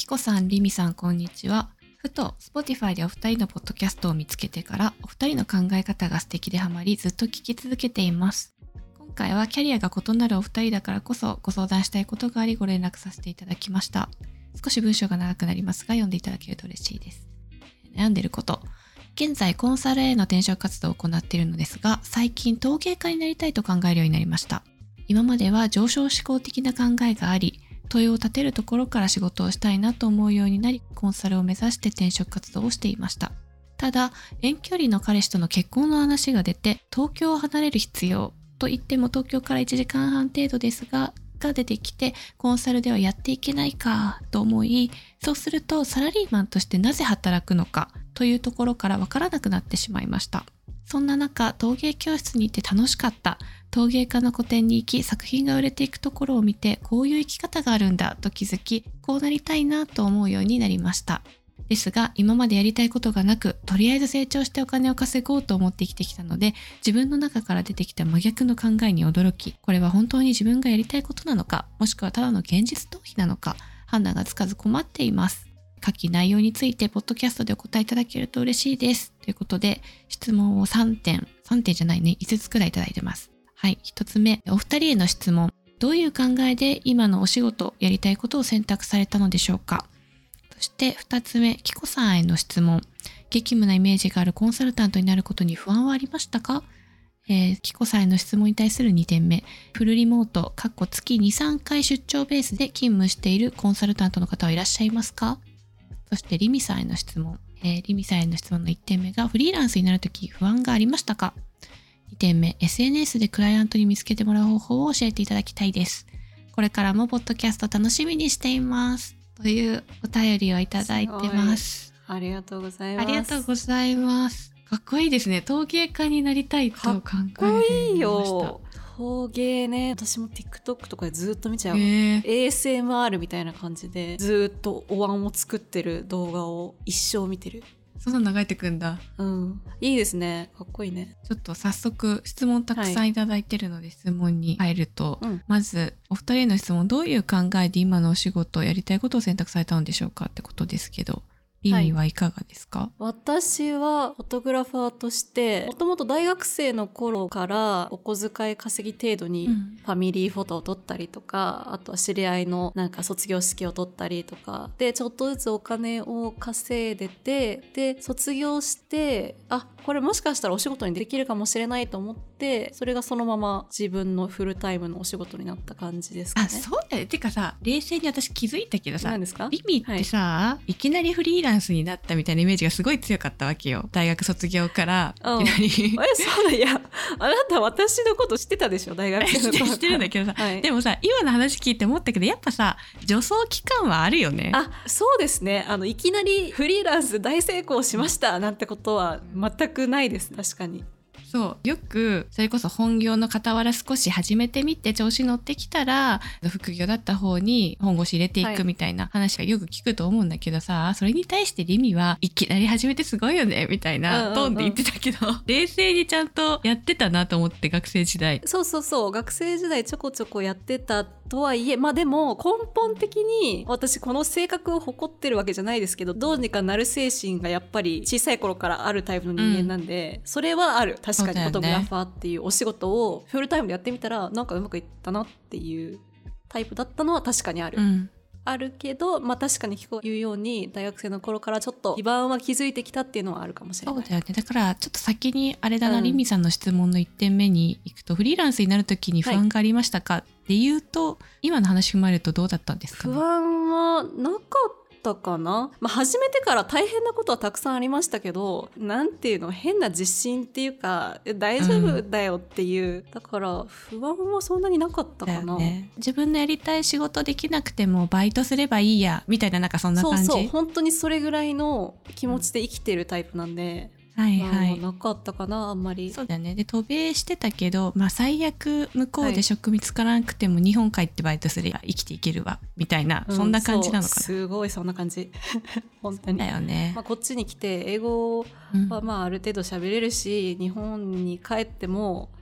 こさん、りみさん、こんにちは。ふと Spotify でお二人のポッドキャストを見つけてから、お二人の考え方が素敵でハマり、ずっと聞き続けています。今回はキャリアが異なるお二人だからこそご相談したいことがありご連絡させていただきました。少し文章が長くなりますが読んでいただけると嬉しいです。悩んでること。現在コンサルへの転職活動を行っているのですが、最近陶芸家になりたいと考えるようになりました。今までは上昇志向的な考えがあり、問いを立てるところから仕事をしたいなと思うようになり、コンサルを目指して転職活動をしていました。ただ、遠距離の彼氏との結婚の話が出て、東京を離れる必要と言っても東京から1時間半程度ですが、出てきて、コンサルではやっていけないかと思い、そうするとサラリーマンとしてなぜ働くのかというところからわからなくなってしまいました。そんな中、陶芸教室に行って楽しかった。陶芸家の個展に行き、作品が売れていくところを見て、こういう生き方があるんだと気づき、こうなりたいなと思うようになりました。ですが、今までやりたいことがなく、とりあえず成長してお金を稼ごうと思って生きてきたので、自分の中から出てきた真逆の考えに驚き、これは本当に自分がやりたいことなのか、もしくはただの現実逃避なのか、判断がつかず困っています。下記内容についてポッドキャストでお答えいただけると嬉しいです。ということで、質問を3点じゃないね、5つくらいいただいてます。はい、1つ目、お二人への質問。どういう考えで今のお仕事、やりたいことを選択されたのでしょうか。そして2つ目、きこさんへの質問。激務なイメージがあるコンサルタントになることに不安はありましたか？きこさんへの質問に対する2点目。フルリモート、月2、3回出張ベースで勤務しているコンサルタントの方はいらっしゃいますか？そしてリミさんへの質問。リミさんへの質問の1点目が、フリーランスになるとき不安がありましたか？2点目、SNS でクライアントに見つけてもらう方法を教えていただきたいです。これからもポッドキャスト楽しみにしています。というお便りをいただいてます。 ありがとうございます。 ありがとうございます。かっこいいですね。陶芸家になりたいと考えていました。かっこいいよ。 陶芸ね、私も TikTok とかでずっと見ちゃう。ASMR みたいな感じでずっとお椀を作ってる動画を一生見てる。 そんな流れてくんだ。 うん。いいですね。かっこいいね。 ちょっと早速質問たくさんいただいてるので、質問に入ると、まずお二人への質問、どういう考えで今のお仕事をやりたいことを選択されたのでしょうかってことですけど、リミはいかがですか？ 私はフォトグラファーとして、もともと大学生の頃からお小遣い稼ぎ程度にファミリーフォトを撮ったりとか、あとは知り合いのなんか卒業式を撮ったりとかで、ちょっとずつお金を稼いでて、で卒業して、これもしかしたらお仕事にできるかもしれないと思って、それがそのまま自分のフルタイムのお仕事になった感じですかね。 そうだよ。てかさ、冷静に私気づいたけどさ、 何ですか？ リミってさ、いきなりフリーランスになったみたいなイメージがすごい強かったわけよ。大学卒業からいきなり。 そうだ、いや、あなた私のこと知ってたでしょ、大学生の頃。 知ってるんだけどさ、でもさ、今の話聞いて思ったけど、やっぱさ、助走期間はあるよね。 そうですね。いきなりフリーランス大成功しましたなんてことは全くないです。確かに。 そう、よくそれこそ本業の傍ら少し始めてみて調子乗ってきたら副業だった方に本腰入れていくみたいな話がよく聞くと思うんだけどさ、それに対してリミはいきなり始めてすごいよねみたいなトーンで言ってたけど、冷静にちゃんとやってたなと思って。学生時代そう学生時代ちょこちょこやってたとはいえ、でも根本的に私この性格を誇ってるわけじゃないですけど、どうにかなる精神がやっぱり小さい頃からあるタイプの人間なんで、それはある。確かにフォトグラファーっていうお仕事をフルタイムでやってみたらなんかうまくいったなっていうタイプだったのは確かにある。あるけど、確かに言うように大学生の頃からちょっと基盤は築いてきたっていうのはあるかもしれない。 そうだよね。だからちょっと先にあれだな、リミさんの質問の1点目に行くと、フリーランスになるときに不安がありましたかっていうと、今の話踏まえるとどうだったんですかね？ 不安はなかったかな。始めてから大変なことはたくさんありましたけど、なんていうの、変な自信っていうか大丈夫だよっていう、だから不安はそんなになかったかな。 自分のやりたい仕事できなくてもバイトすればいいやみたいな、なんかそんな感じ。 そう本当にそれぐらいの気持ちで生きてるタイプなんで、なかったかな、あんまり。 そうだよね。で渡米してたけど、最悪向こうで職見つからなくても日本帰ってバイトすれば生きていけるわみたいな、そんな感じなのかな。 すごいそんな感じ本当にだよね。 こっちに来て英語はある程度喋れるし、日本に帰っても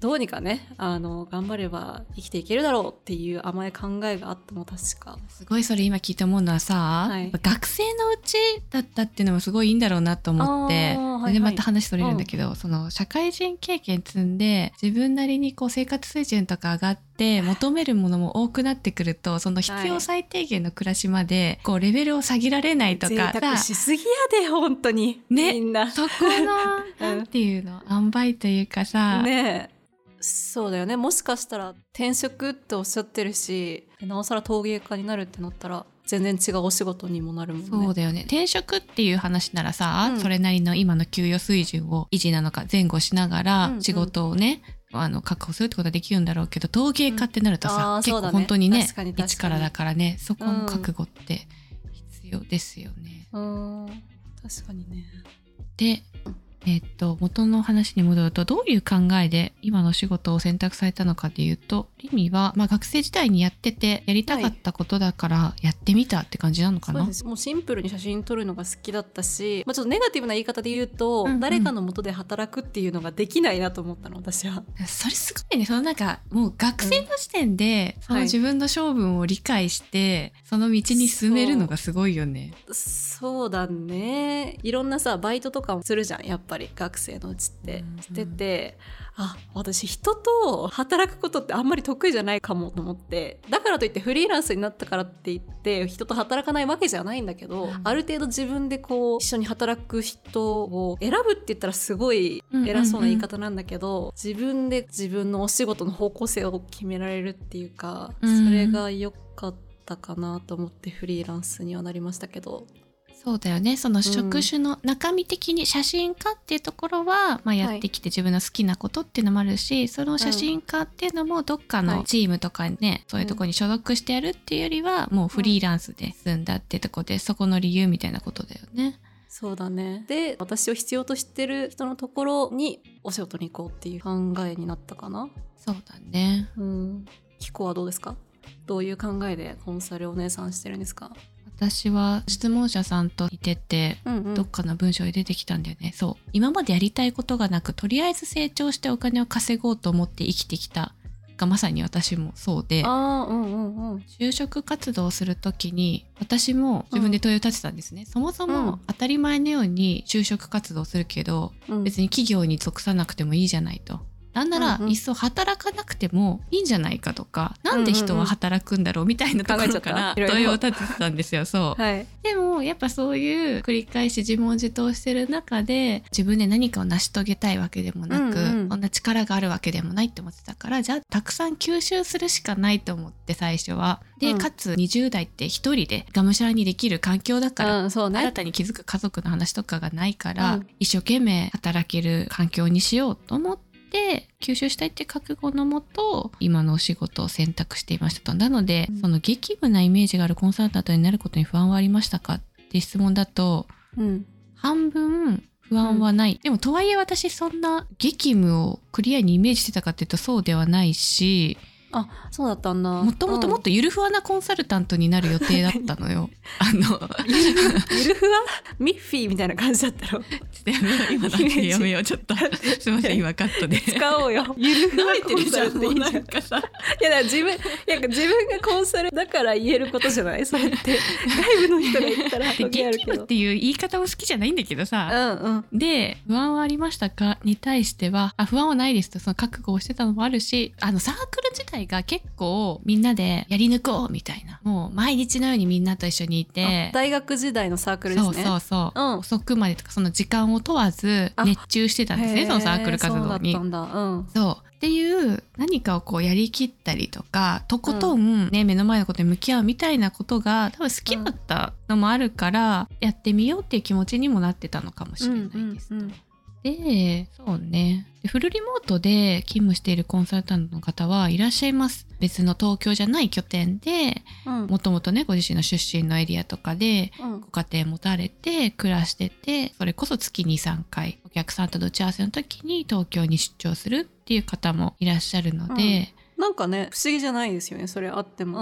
どうにかね頑張れば生きていけるだろうっていう甘い考えがあったの確か。 すごいそれ今聞いて思うのはさ、 はい、 やっぱ学生のうちだったっていうのもすごいいいんだろうなと思って、 はいはい、 でまた話それるんだけど、その社会人経験積んで自分なりにこう生活水準とか上がって求めるものも多くなってくると、その必要最低限の暮らしまでこうレベルを下げられないとか、 贅沢しすぎやで本当に、 ね、 みんなそこのなんていうの塩梅というかさ、 ねえそうだよね。もしかしたら転職っておっしゃってるし、なおさら陶芸家になるってなったら全然違うお仕事にもなるもんね。 そうだよね。転職っていう話ならさ、それなりの今の給与水準を維持なのか前後しながら仕事をね、確保するってことはできるんだろうけど、陶芸家ってなるとさ、結構本当にね一からだからね、そこの覚悟って必要ですよね。 確かにね。 で元の話に戻ると、どういう考えで今の仕事を選択されたのかでいうと、リミは、学生時代にやっててやりたかったことだからやってみたって感じなのかな。 そうです。もうシンプルに写真撮るのが好きだったし、ちょっとネガティブな言い方で言うと、誰かの下で働くっていうのができないなと思ったの私は。 それすごいね。そのなんかもう学生の時点で、その自分の性分を理解して、その道に進めるのがすごいよね。 そうだね。いろんなさバイトとかもするじゃん、やっぱり学生のうちってしてて、私人と働くことってあんまり得意じゃないかもと思って、だからといってフリーランスになったからって言って人と働かないわけじゃないんだけど、ある程度自分でこう一緒に働く人を選ぶって言ったらすごい偉そうな言い方なんだけど、自分で自分のお仕事の方向性を決められるっていうか、それが良かったかなと思ってフリーランスにはなりましたけど。 そうだよね。その職種の中身的に写真家っていうところは、やってきて自分の好きなことっていうのもあるし、その写真家っていうのもどっかのチームとかね、そういうところに所属してやるっていうよりは、もうフリーランスで済んだっていうところで、そこの理由みたいなことだよね。 そうだね。で、私を必要としてる人のところにお仕事に行こうっていう考えになったかな。 そうだね。 キコはどうですか？どういう考えでコンサルお姉さんしてるんですか？ 私は質問者さんといてて、どっかの文章に出てきたんだよね。そう。今までやりたいことがなく、とりあえず成長してお金を稼ごうと思って生きてきたがまさに私もそうで、就職活動をするときに私も自分で問いを立てたんですね。そもそも当たり前のように就職活動するけど、別に企業に属さなくてもいいじゃないと。なんなら、いっそ働かなくてもいいんじゃないかとか、なんで人は働くんだろうみたいなところから問いを立ててたんですよ。そう、でもやっぱそういう繰り返し自問自答してる中で、自分で何かを成し遂げたいわけでもなく、こんな力があるわけでもないって思ってたから、じゃあたくさん吸収するしかないと思って最初は。で、かつ20代って一人でがむしゃらにできる環境だから、新たに気づく家族の話とかがないから、一生懸命働ける環境にしようと思ってで吸収したいって覚悟のもと今のお仕事を選択していましたと。なので、その激務なイメージがあるコンサルタントになることに不安はありましたかって質問だと、半分不安はない、でもとはいえ私そんな激務をクリアにイメージしてたかっていうとそうではないし、 そうだったんだ。もともともっとゆるふわなコンサルタントになる予定だったのよ。 ゆるふわミッフィーみたいな感じだったろ。 今だけやめよう。ちょっとすいません、今カットで使おうよ。ゆるふわコンサルっていいじゃん。 なんかさ、 いやだから自分がコンサルだから言えることじゃない。それって外部の人が言ったら激務っていう言い方も好きじゃないんだけどさ、で不安はありましたかに対しては不安はないですと、その覚悟をしてたのもあるし、サークル自体が結構みんなでやり抜こうみたいな、もう毎日のようにみんなと一緒にいて、 大学時代のサークルですね。 そう、遅くまでとかその時間を問わず熱中してたんですね、そのサークル活動に。 そうだったんだ。 そうっていう何かをこうやりきったりとか、とことんね、目の前のことに向き合うみたいなことが多分好きだったのもあるから、やってみようっていう気持ちにもなってたのかもしれないですと。で、そうね。で、フルリモートで勤務しているコンサルタントの方はいらっしゃいます。別の東京じゃない拠点で、もともとね、ご自身の出身のエリアとかで、ご家庭持たれて暮らしてて、それこそ月2、3回、お客さんとの打ち合わせの時に東京に出張するっていう方もいらっしゃるので、 なんかね、不思議じゃないですよね、それあっても。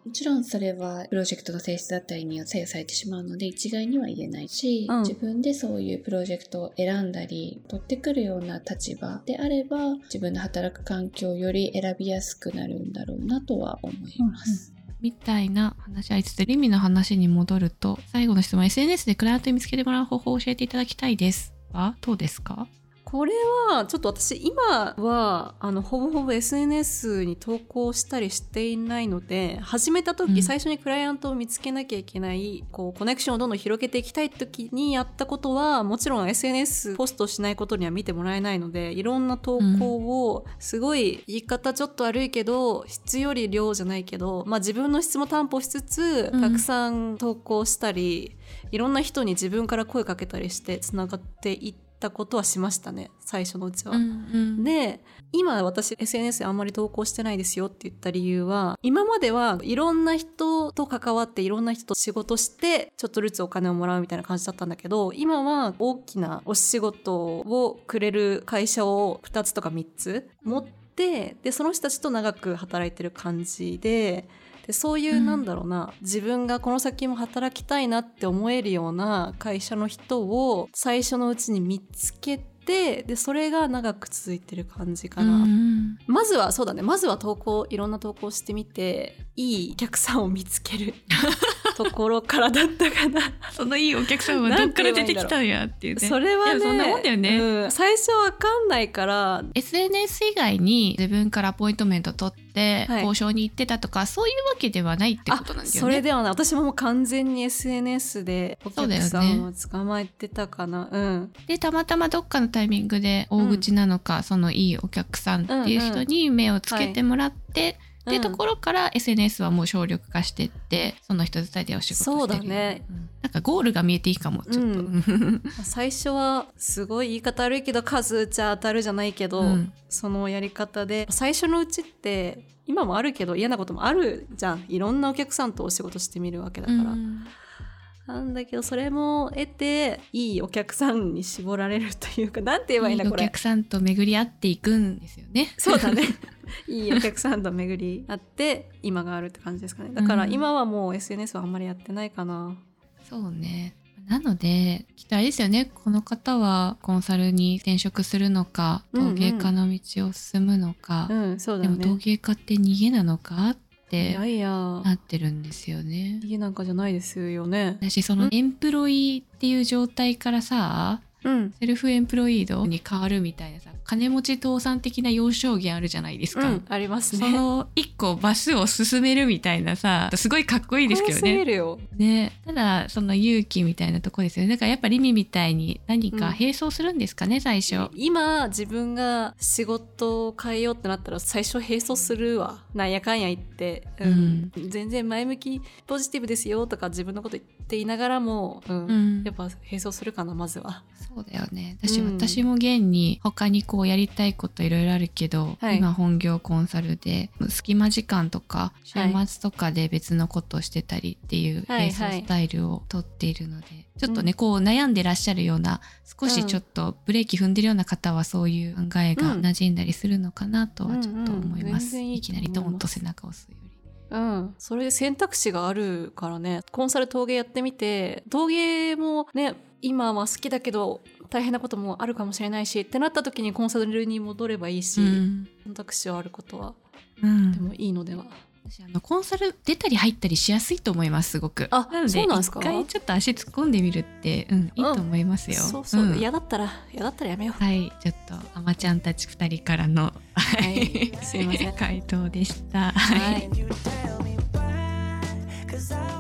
もちろんそれはプロジェクトの性質だったりに左右されてしまうので一概には言えないし、自分でそういうプロジェクトを選んだり取ってくるような立場であれば自分の働く環境をより選びやすくなるんだろうなとは思います、みたいな話ありつつ、リミの話に戻ると、最後の質問、SNS でクライアントに見つけてもらう方法を教えていただきたいですはどうですか？ これはちょっと私今はほぼほぼ SNS に投稿したりしていないので、始めた時、最初にクライアントを見つけなきゃいけない、コネクションをどんどん広げていきたい時にやったことは、もちろん SNS ポストしないことには見てもらえないので、いろんな投稿をすごい言い方ちょっと悪いけど、質より量じゃないけど、自分の質も担保しつつたくさん投稿したり、いろんな人に自分から声かけたりしてつながっていったことはしましたね、最初のうちは、で今私 SNS あんまり投稿してないですよって言った理由は、今まではいろんな人と関わっていろんな人と仕事してちょっとずつお金をもらうみたいな感じだったんだけど、今は大きなお仕事をくれる会社を2つとか3つ持って、でその人たちと長く働いてる感じで、そういう自分がこの先も働きたいなって思えるような会社の人を最初のうちに見つけて、でそれが長く続いてる感じかな、まずはそうだね、まずはいろんな投稿してみて、いいお客さんを見つけるところからだったかなそのいいお客さんはどっから出てきたんやっていうね。 それはね、 そんなもんだよね、 最初わかんないから。 SNS 以外に自分からアポイントメント取って交渉に行ってたとか、そういうわけではないってことなんだよね。 それではない、私ももう完全に SNS でお客さんを捕まえてたかな、 でたまたまどっかのタイミングで大口なのか、そのいいお客さんっていう人に目をつけてもらって、っていうところから SNS はもう省力化してって、その人伝いでお仕事してる。 そうだね、 なんかゴールが見えていいかも、ちょっと、 最初はすごい言い方悪いけど数打ちゃ当たるじゃないけど、そのやり方で最初のうちって今もあるけど嫌なこともあるじゃん。いろんなお客さんとお仕事してみるわけだから、なんだけどそれも得ていいお客さんに絞られるというか、なんて言えばいいんだこれ。 いいお客さんと巡り合っていくんですよね。 そうだねいいお客さんと巡り合って今があるって感じですかね。だから今はもう SNS はあんまりやってないかな。 そうね。なのできっとあれですよね、この方はコンサルに転職するのか、陶芸家の道を進むのか、 そうだね、 でも陶芸家って逃げなのかってななってるんですよね。 逃げなんかじゃないですよね。 私そのエンプロイっていう状態からさ、セルフエンプロイードに変わるみたいなさ、金持ち倒産的な幼少言あるじゃないですか、 ありますね。 その一個バスを進めるみたいなさ、すごいかっこいいですけどね。ただその勇気みたいなとこですよね。だからやっぱリミみたいに何か並走するんですかね、最初。 今自分が仕事を変えようってなったら最初並走するわ、なんやかんや言って、全然前向きポジティブですよとか自分のこと言っていながらも、やっぱ並走するかな、まずは。 そうだよね。私も現に他にこうやりたいこといろいろあるけど、今本業コンサルで隙間時間とか週末とかで別のことをしてたりっていう並走スタイルをとっているので、ちょっとね、こう悩んでらっしゃるような、少しちょっとブレーキ踏んでるような方はそういう考えが馴染んだりするのかなとはちょっと思います。いきなりドーンと背中を押すより。 それで選択肢があるからね。コンサル陶芸やってみて、陶芸もね今は好きだけど大変なこともあるかもしれないしってなった時にコンサルに戻ればいいし、選択肢はあることは、でもいいのでは。 私コンサル出たり入ったりしやすいと思います、すごく。なのでそうなんですか。 一回ちょっと足突っ込んでみるって、いいと思いますよ。 嫌だったらやめよう。 はい、ちょっとあまちゃんたち2人からの、 すいません回答でした。 はい